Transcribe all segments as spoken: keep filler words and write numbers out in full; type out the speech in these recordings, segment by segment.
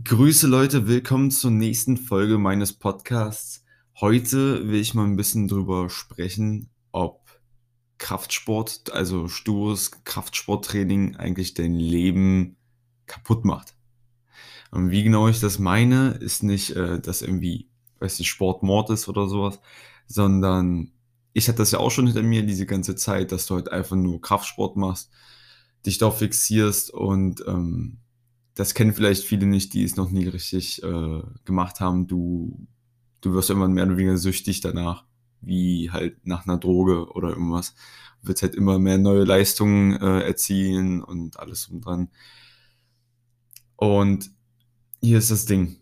Grüße Leute, willkommen zur nächsten Folge meines Podcasts. Heute will ich mal ein bisschen drüber sprechen, ob Kraftsport, also stures Kraftsporttraining eigentlich dein Leben kaputt macht. Und wie genau ich das meine, ist nicht, äh, dass irgendwie, weiß nicht, Sport Mord ist oder sowas, sondern ich hatte das ja auch schon hinter mir diese ganze Zeit, dass du halt einfach nur Kraftsport machst, dich darauf fixierst und, ähm, das kennen vielleicht viele nicht, die es noch nie richtig, äh, gemacht haben. Du du wirst irgendwann mehr oder weniger süchtig danach, wie halt nach einer Droge oder irgendwas. Du willst halt immer mehr neue Leistungen, äh, erzielen und alles drum und dran. Und hier ist das Ding: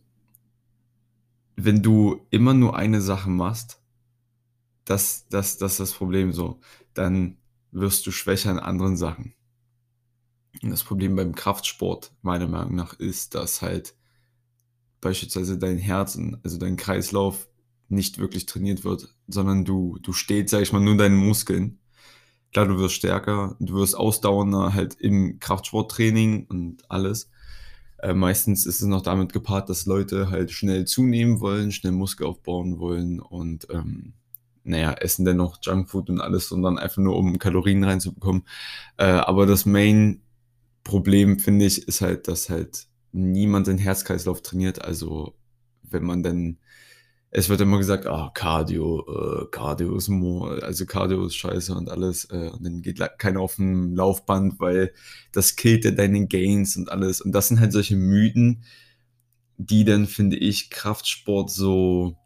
Wenn du immer nur eine Sache machst, das das das ist das Problem so, dann wirst du schwächer in anderen Sachen. Und das Problem beim Kraftsport meiner Meinung nach ist, dass halt beispielsweise dein Herzen, also dein Kreislauf nicht wirklich trainiert wird, sondern du du stählst, sage ich mal, nur deine Muskeln. Klar, du wirst stärker, du wirst ausdauernder halt im Kraftsporttraining und alles. Äh, meistens ist es noch damit gepaart, dass Leute halt schnell zunehmen wollen, schnell Muskel aufbauen wollen und, ähm, na ja, essen dann noch Junkfood und alles und dann einfach nur, um Kalorien reinzubekommen. Äh, aber das Main-Problem, finde ich, ist halt, dass halt niemand den Herzkreislauf trainiert. Also, wenn man dann es wird immer gesagt: „Ah, Cardio, äh, Cardio ist mo also Cardio ist scheiße und alles“, äh, und dann geht la keiner auf 'n Laufband, weil das killt ja deine Gains und alles. Und das sind halt solche Mythen, die dann, finde ich, Kraftsport so,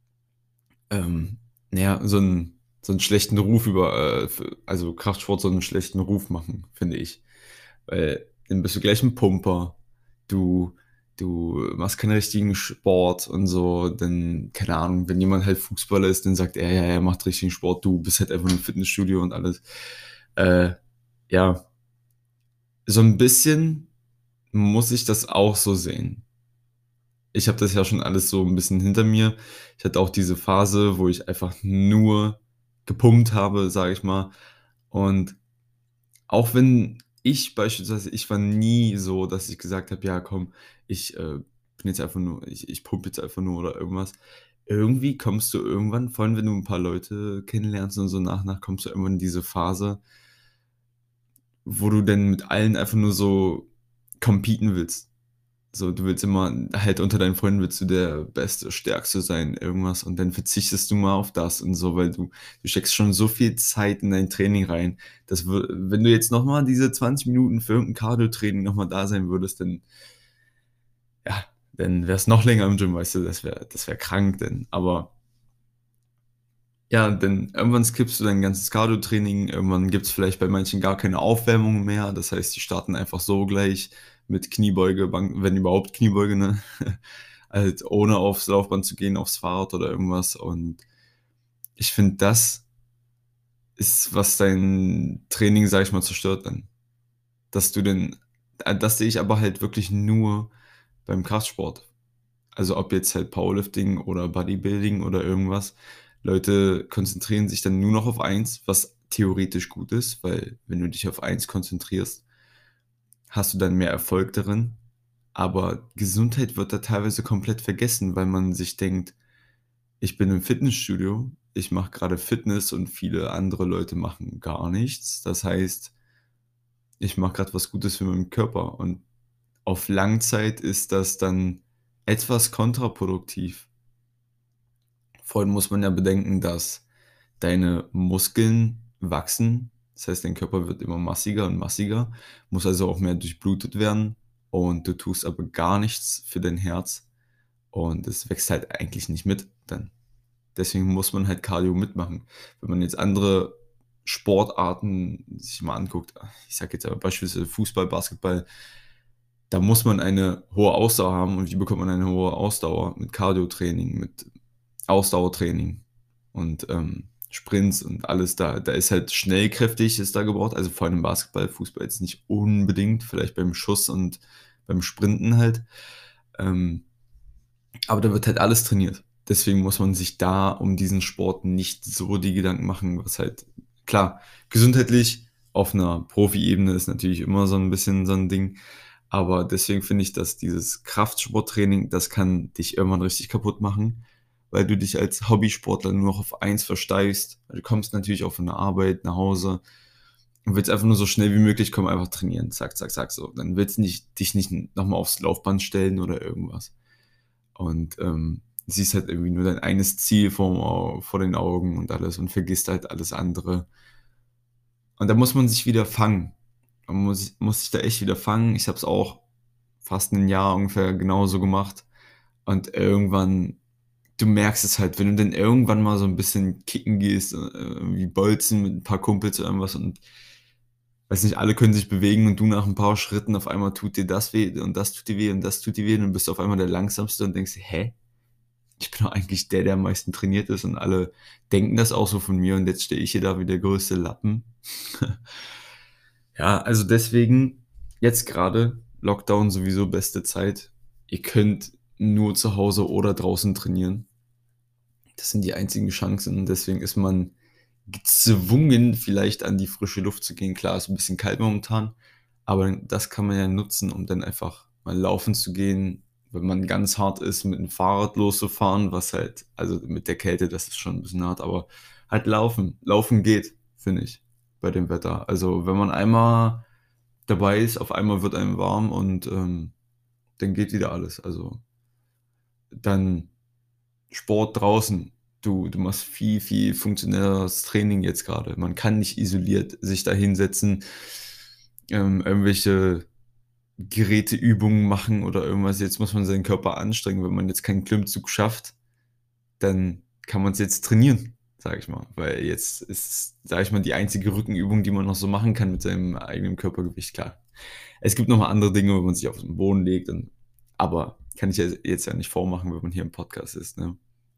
ähm, na ja, so 'n so 'n schlechten Ruf über, äh, f also Kraftsport so 'n schlechten Ruf machen, finde ich. Weil dann bist du gleich 'n Pumper. Du du machst keinen richtigen Sport und so, dann keine Ahnung, wenn jemand halt Fußballer ist, dann sagt er: „Ja, er macht richtigen Sport“, du bist halt einfach nur im Fitnessstudio und alles. Äh, ja, so 'n bisschen muss ich das auch so sehen. Ich habe das ja schon alles so 'n bisschen hinter mir. Ich hatte auch diese Phase, wo ich einfach nur gepumpt habe, sage ich mal. Und auch wenn ich beispielsweise ich war nie so, dass ich gesagt habe: „Ja, komm, ich, äh, bin jetzt einfach nur ich ich pumpe jetzt einfach nur“ oder irgendwas. Irgendwie kommst du irgendwann, vor allem wenn du 'n paar Leute kennenlernst und so nach nach, kommst du irgendwann in diese Phase, wo du dann mit allen einfach nur so competen willst. So, du willst immer halt unter deinen Freunden willst du der Beste, Stärkste sein, irgendwas und dann verzichtest du mal auf das und so, weil du du steckst schon so viel Zeit in dein Training rein. Das wür wenn du jetzt noch mal diese zwanzig Minuten für irgend 'n Cardio-Training noch mal da sein würdest, dann ja, dann wär's noch länger im Gym, weißt du? Das wäre das wäre krank dann. Aber ja, dann irgendwann skippst du dein ganzes Cardio-Training. Irgendwann gibt's vielleicht bei manchen gar keine Aufwärmung mehr. Das heißt, die starten einfach so gleich mit Kniebeuge, Bank wenn überhaupt Kniebeuge, ne? Halt ohne aufs Laufband zu gehen, aufs Fahrrad oder irgendwas. Und ich finde, das ist, was dein Training, sage ich mal, zerstört dann. Dass du denn äh, das sehe ich aber halt wirklich nur beim Kraftsport. Also, ob jetzt halt Powerlifting oder Bodybuilding oder irgendwas. Leute konzentrieren sich dann nur noch auf eins, was theoretisch gut ist, weil wenn du dich auf eins konzentrierst, hast du dann mehr Erfolg darin. Aber Gesundheit wird da teilweise komplett vergessen, weil man sich denkt: „Ich bin im Fitnessstudio, ich mache grade Fitness und viele andere Leute machen gar nichts. Das heißt, ich mache grad was Gutes für meinen Körper.“ Und auf Langzeit ist das dann etwas kontraproduktiv. Vor allem muss man ja bedenken, dass deine Muskeln wachsen. Das heißt, dein Körper wird immer massiger und massiger, muss also auch mehr durchblutet werden und du tust aber gar nichts für dein Herz und es wächst halt eigentlich nicht mit dann. Deswegen muss man halt Cardio mitmachen. Wenn man jetzt andere Sportarten sich mal anguckt, ich sage jetzt aber beispielsweise Fußball, Basketball, da muss man eine hohe Ausdauer haben. Und wie bekommt man eine hohe Ausdauer? Mit Cardiotraining, mit Ausdauertraining und, ähm, Sprints und alles da. Da ist halt schnellkräftig ist da gebraucht, also vor allem im Basketball, Fußball jetzt nicht unbedingt, vielleicht beim Schuss und beim Sprinten halt. Ähm, aber da wird halt alles trainiert. Deswegen muss man sich da um diesen Sport nicht so die Gedanken machen, was halt klar, gesundheitlich auf 'ner Profi-Ebene ist natürlich immer so 'n bisschen so 'n Ding, Aber deswegen finde ich, dass dieses Kraftsporttraining, das kann dich irgendwann richtig kaputt machen, weil du dich als Hobbysportler nur noch auf eins versteifst. Du kommst natürlich auch von der Arbeit nach Hause und willst einfach nur so schnell wie möglich kommen, einfach trainieren. Zack, zack, zack, so. Dann willst du nicht, dich nicht nochmal aufs Laufband stellen oder irgendwas. Und ähm, siehst halt irgendwie nur dein eines Ziel vor, vor den Augen und alles und vergisst halt alles andere. Und da muss man sich wieder fangen. Man muss, muss sich da echt wieder fangen. Ich habe es auch fast ein Jahr ungefähr genauso gemacht. Und irgendwann, du merkst es halt, wenn du dann irgendwann mal so ein bisschen kicken gehst, äh, wie Bolzen mit ein paar Kumpels oder irgendwas und weiß nicht, alle können sich bewegen und du nach ein paar Schritten auf einmal tut dir das weh und das tut dir weh und das tut dir weh und dann bist du auf einmal der Langsamste und denkst, dir, hä? Ich bin doch eigentlich der, der am meisten trainiert ist und alle denken das auch so von mir und jetzt stehe ich hier da wie der größte Lappen. Ja, also deswegen jetzt gerade Lockdown sowieso beste Zeit. Ihr könnt nur zu Hause oder draußen trainieren. Das sind die einzigen Chancen und deswegen ist man gezwungen, vielleicht an die frische Luft zu gehen. Klar, ist ein bisschen kalt momentan, aber das kann man ja nutzen, um dann einfach mal laufen zu gehen, wenn man ganz hart ist, mit dem Fahrrad loszufahren, was halt, also mit der Kälte, das ist schon ein bisschen hart, aber halt laufen. Laufen geht, finde ich, bei dem Wetter. Also wenn man einmal dabei ist, auf einmal wird einem warm und ähm, dann geht wieder alles. Also dann Sport draußen. Du, du machst viel, viel funktionelleres Training jetzt gerade. Man kann nicht isoliert sich da hinsetzen, ähm, irgendwelche Geräteübungen machen oder irgendwas. Jetzt muss man seinen Körper anstrengen. Wenn man jetzt keinen Klimmzug schafft, dann kann man es jetzt trainieren, sage ich mal. Weil jetzt ist, sage ich mal, die einzige Rückenübung, die man noch so machen kann mit seinem eigenen Körpergewicht, klar. Es gibt noch mal andere Dinge, wenn man sich auf den Boden legt, und, aber kann ich ja jetzt ja nicht vormachen, wenn man hier im Podcast ist. Ne?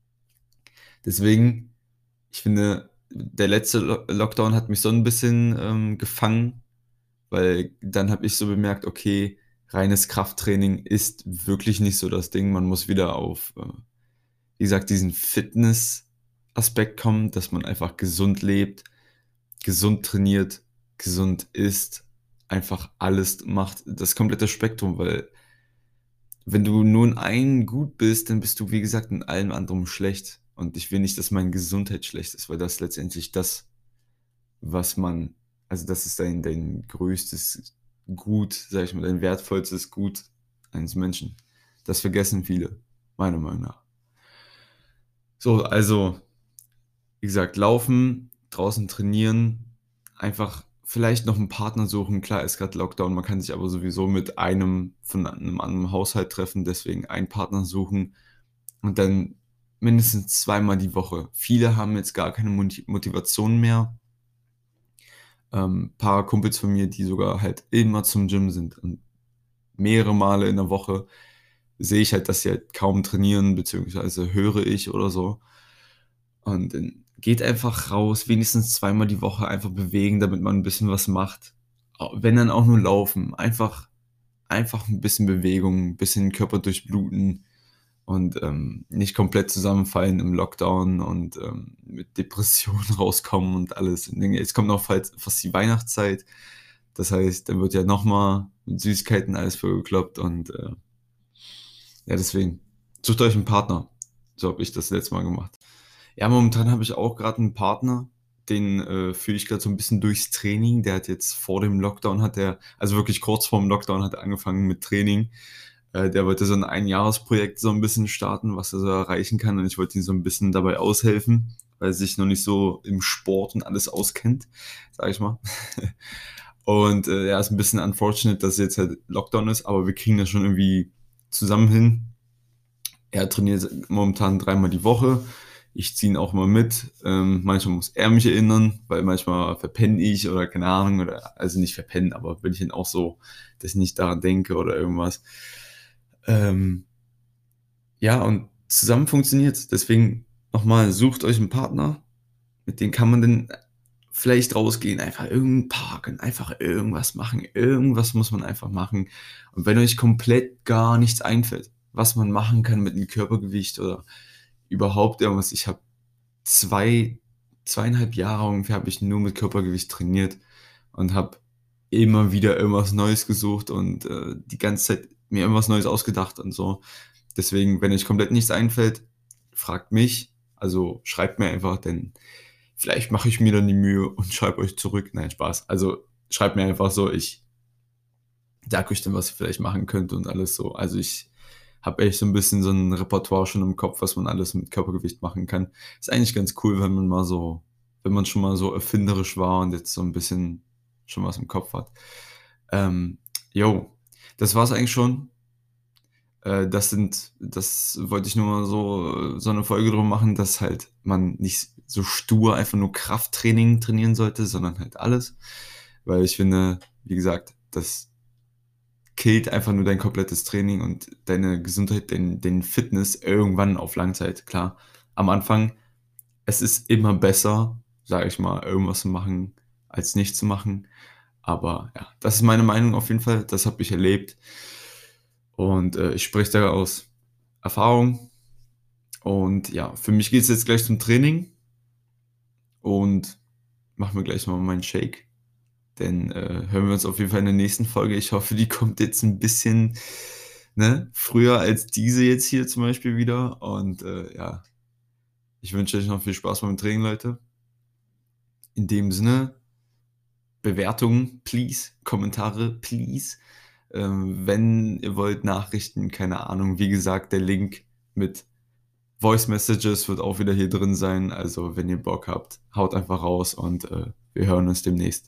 Deswegen, ich finde, der letzte Lo Lockdown hat mich so ein bisschen ähm, gefangen, weil dann habe ich so bemerkt, okay, reines Krafttraining ist wirklich nicht so das Ding. Man muss wieder auf, äh, wie gesagt, diesen Fitness-Aspekt kommen, dass man einfach gesund lebt, gesund trainiert, gesund isst, einfach alles macht, das komplette Spektrum, weil wenn du nur in einem gut bist, dann bist du, wie gesagt, in allem anderen schlecht. Und ich will nicht, dass meine Gesundheit schlecht ist, weil das letztendlich das, was man, also das ist dein, dein größtes Gut, sag ich mal, dein wertvollstes Gut eines Menschen. Das vergessen viele, meiner Meinung nach. So, also, wie gesagt, laufen, draußen trainieren, einfach vielleicht noch einen Partner suchen. Klar, ist gerade Lockdown, man kann sich aber sowieso mit einem von einem anderen Haushalt treffen, deswegen einen Partner suchen und dann mindestens zweimal die Woche. Viele haben jetzt gar keine Moti Motivation mehr. Ähm, paar Kumpels von mir, die sogar halt immer zum Gym sind und mehrere Male in der Woche sehe ich halt, dass sie halt kaum trainieren, beziehungsweise höre ich oder so. Und dann geht einfach raus, wenigstens zweimal die Woche einfach bewegen, damit man ein bisschen was macht. Au- Wenn dann auch nur laufen, einfach, einfach ein bisschen Bewegung, ein bisschen den Körper durchbluten und ähm, nicht komplett zusammenfallen im Lockdown und ähm, mit Depressionen rauskommen und alles. Und dann- jetzt kommt noch fast fast die Weihnachtszeit. Das heißt, dann wird ja nochmal mit Süßigkeiten alles vollgekloppt und äh, ja, deswegen sucht euch einen Partner. So habe ich das letzte Mal gemacht. Ja, momentan habe ich auch gerade einen Partner, den, äh, führe ich grad so ein bisschen durchs Training. Der hat jetzt vor dem Lockdown hat er, also wirklich kurz vorm Lockdown hat er angefangen mit Training. Äh, der wollte so ein Einjahresprojekt so ein bisschen starten, was er so erreichen kann und ich wollte ihm so ein bisschen dabei aushelfen, weil er sich noch nicht so im Sport und alles auskennt, sage ich mal. Und, äh, ja, ist ein bisschen unfortunate, dass jetzt halt Lockdown ist, aber wir kriegen das schon irgendwie zusammen hin. Er trainiert momentan dreimal die Woche. Ich ziehe ihn auch mal mit. Ähm, manchmal muss er mich erinnern, weil manchmal verpenne ich oder keine Ahnung, oder also nicht verpennen, aber bin ich dann auch so, dass ich nicht daran denke oder irgendwas. Ähm, ja, und zusammen funktioniert's. Deswegen nochmal, sucht euch einen Partner, mit dem kann man dann vielleicht rausgehen, einfach irgendeinen Park und einfach irgendwas machen. Irgendwas muss man einfach machen. Und wenn euch komplett gar nichts einfällt, was man machen kann mit dem Körpergewicht oder überhaupt irgendwas, ich habe zwei, zweieinhalb Jahre ungefähr habe ich nur mit Körpergewicht trainiert und habe immer wieder irgendwas Neues gesucht und, äh, die ganze Zeit mir irgendwas Neues ausgedacht und so. Deswegen, wenn euch komplett nichts einfällt, fragt mich, also schreibt mir einfach, denn vielleicht mache ich mir dann die Mühe und schreibe euch zurück. Nein, Spaß. Also schreibt mir einfach so, ich sage euch dann, was ihr vielleicht machen könnt und alles so. Also ich habe echt so ein bisschen so ein Repertoire schon im Kopf, was man alles mit Körpergewicht machen kann. Ist eigentlich ganz cool, wenn man mal so wenn man schon mal so erfinderisch war und jetzt so ein bisschen schon was im Kopf hat. Ähm, jo, das war's eigentlich schon. Äh, das sind das wollte ich nur mal so so eine Folge drum machen, dass halt man nicht so stur einfach nur Krafttraining trainieren sollte, sondern halt alles. Weil ich finde, wie gesagt, das killt einfach nur dein komplettes Training und deine Gesundheit, dein dein Fitness irgendwann auf Langzeit. Klar, am Anfang, es ist immer besser, sage ich mal, irgendwas zu machen, als nichts zu machen. Aber ja, das ist meine Meinung auf jeden Fall. Das habe ich erlebt und, äh, ich spreche da aus Erfahrung. Und ja, für mich geht's jetzt gleich zum Training und mache mir gleich mal meinen Shake. Denn, äh, hören wir uns auf jeden Fall in der nächsten Folge. Ich hoffe, die kommt jetzt ein bisschen, ne, früher als diese jetzt hier zum Beispiel wieder. Und, äh, ja, ich wünsche euch noch viel Spaß beim Training, Leute. In dem Sinne, Bewertungen, please, Kommentare, please. Ähm, wenn ihr wollt, Nachrichten, keine Ahnung. Wie gesagt, der Link mit Voice Messages wird auch wieder hier drin sein. Also, wenn ihr Bock habt, haut einfach raus und, äh, wir hören uns demnächst.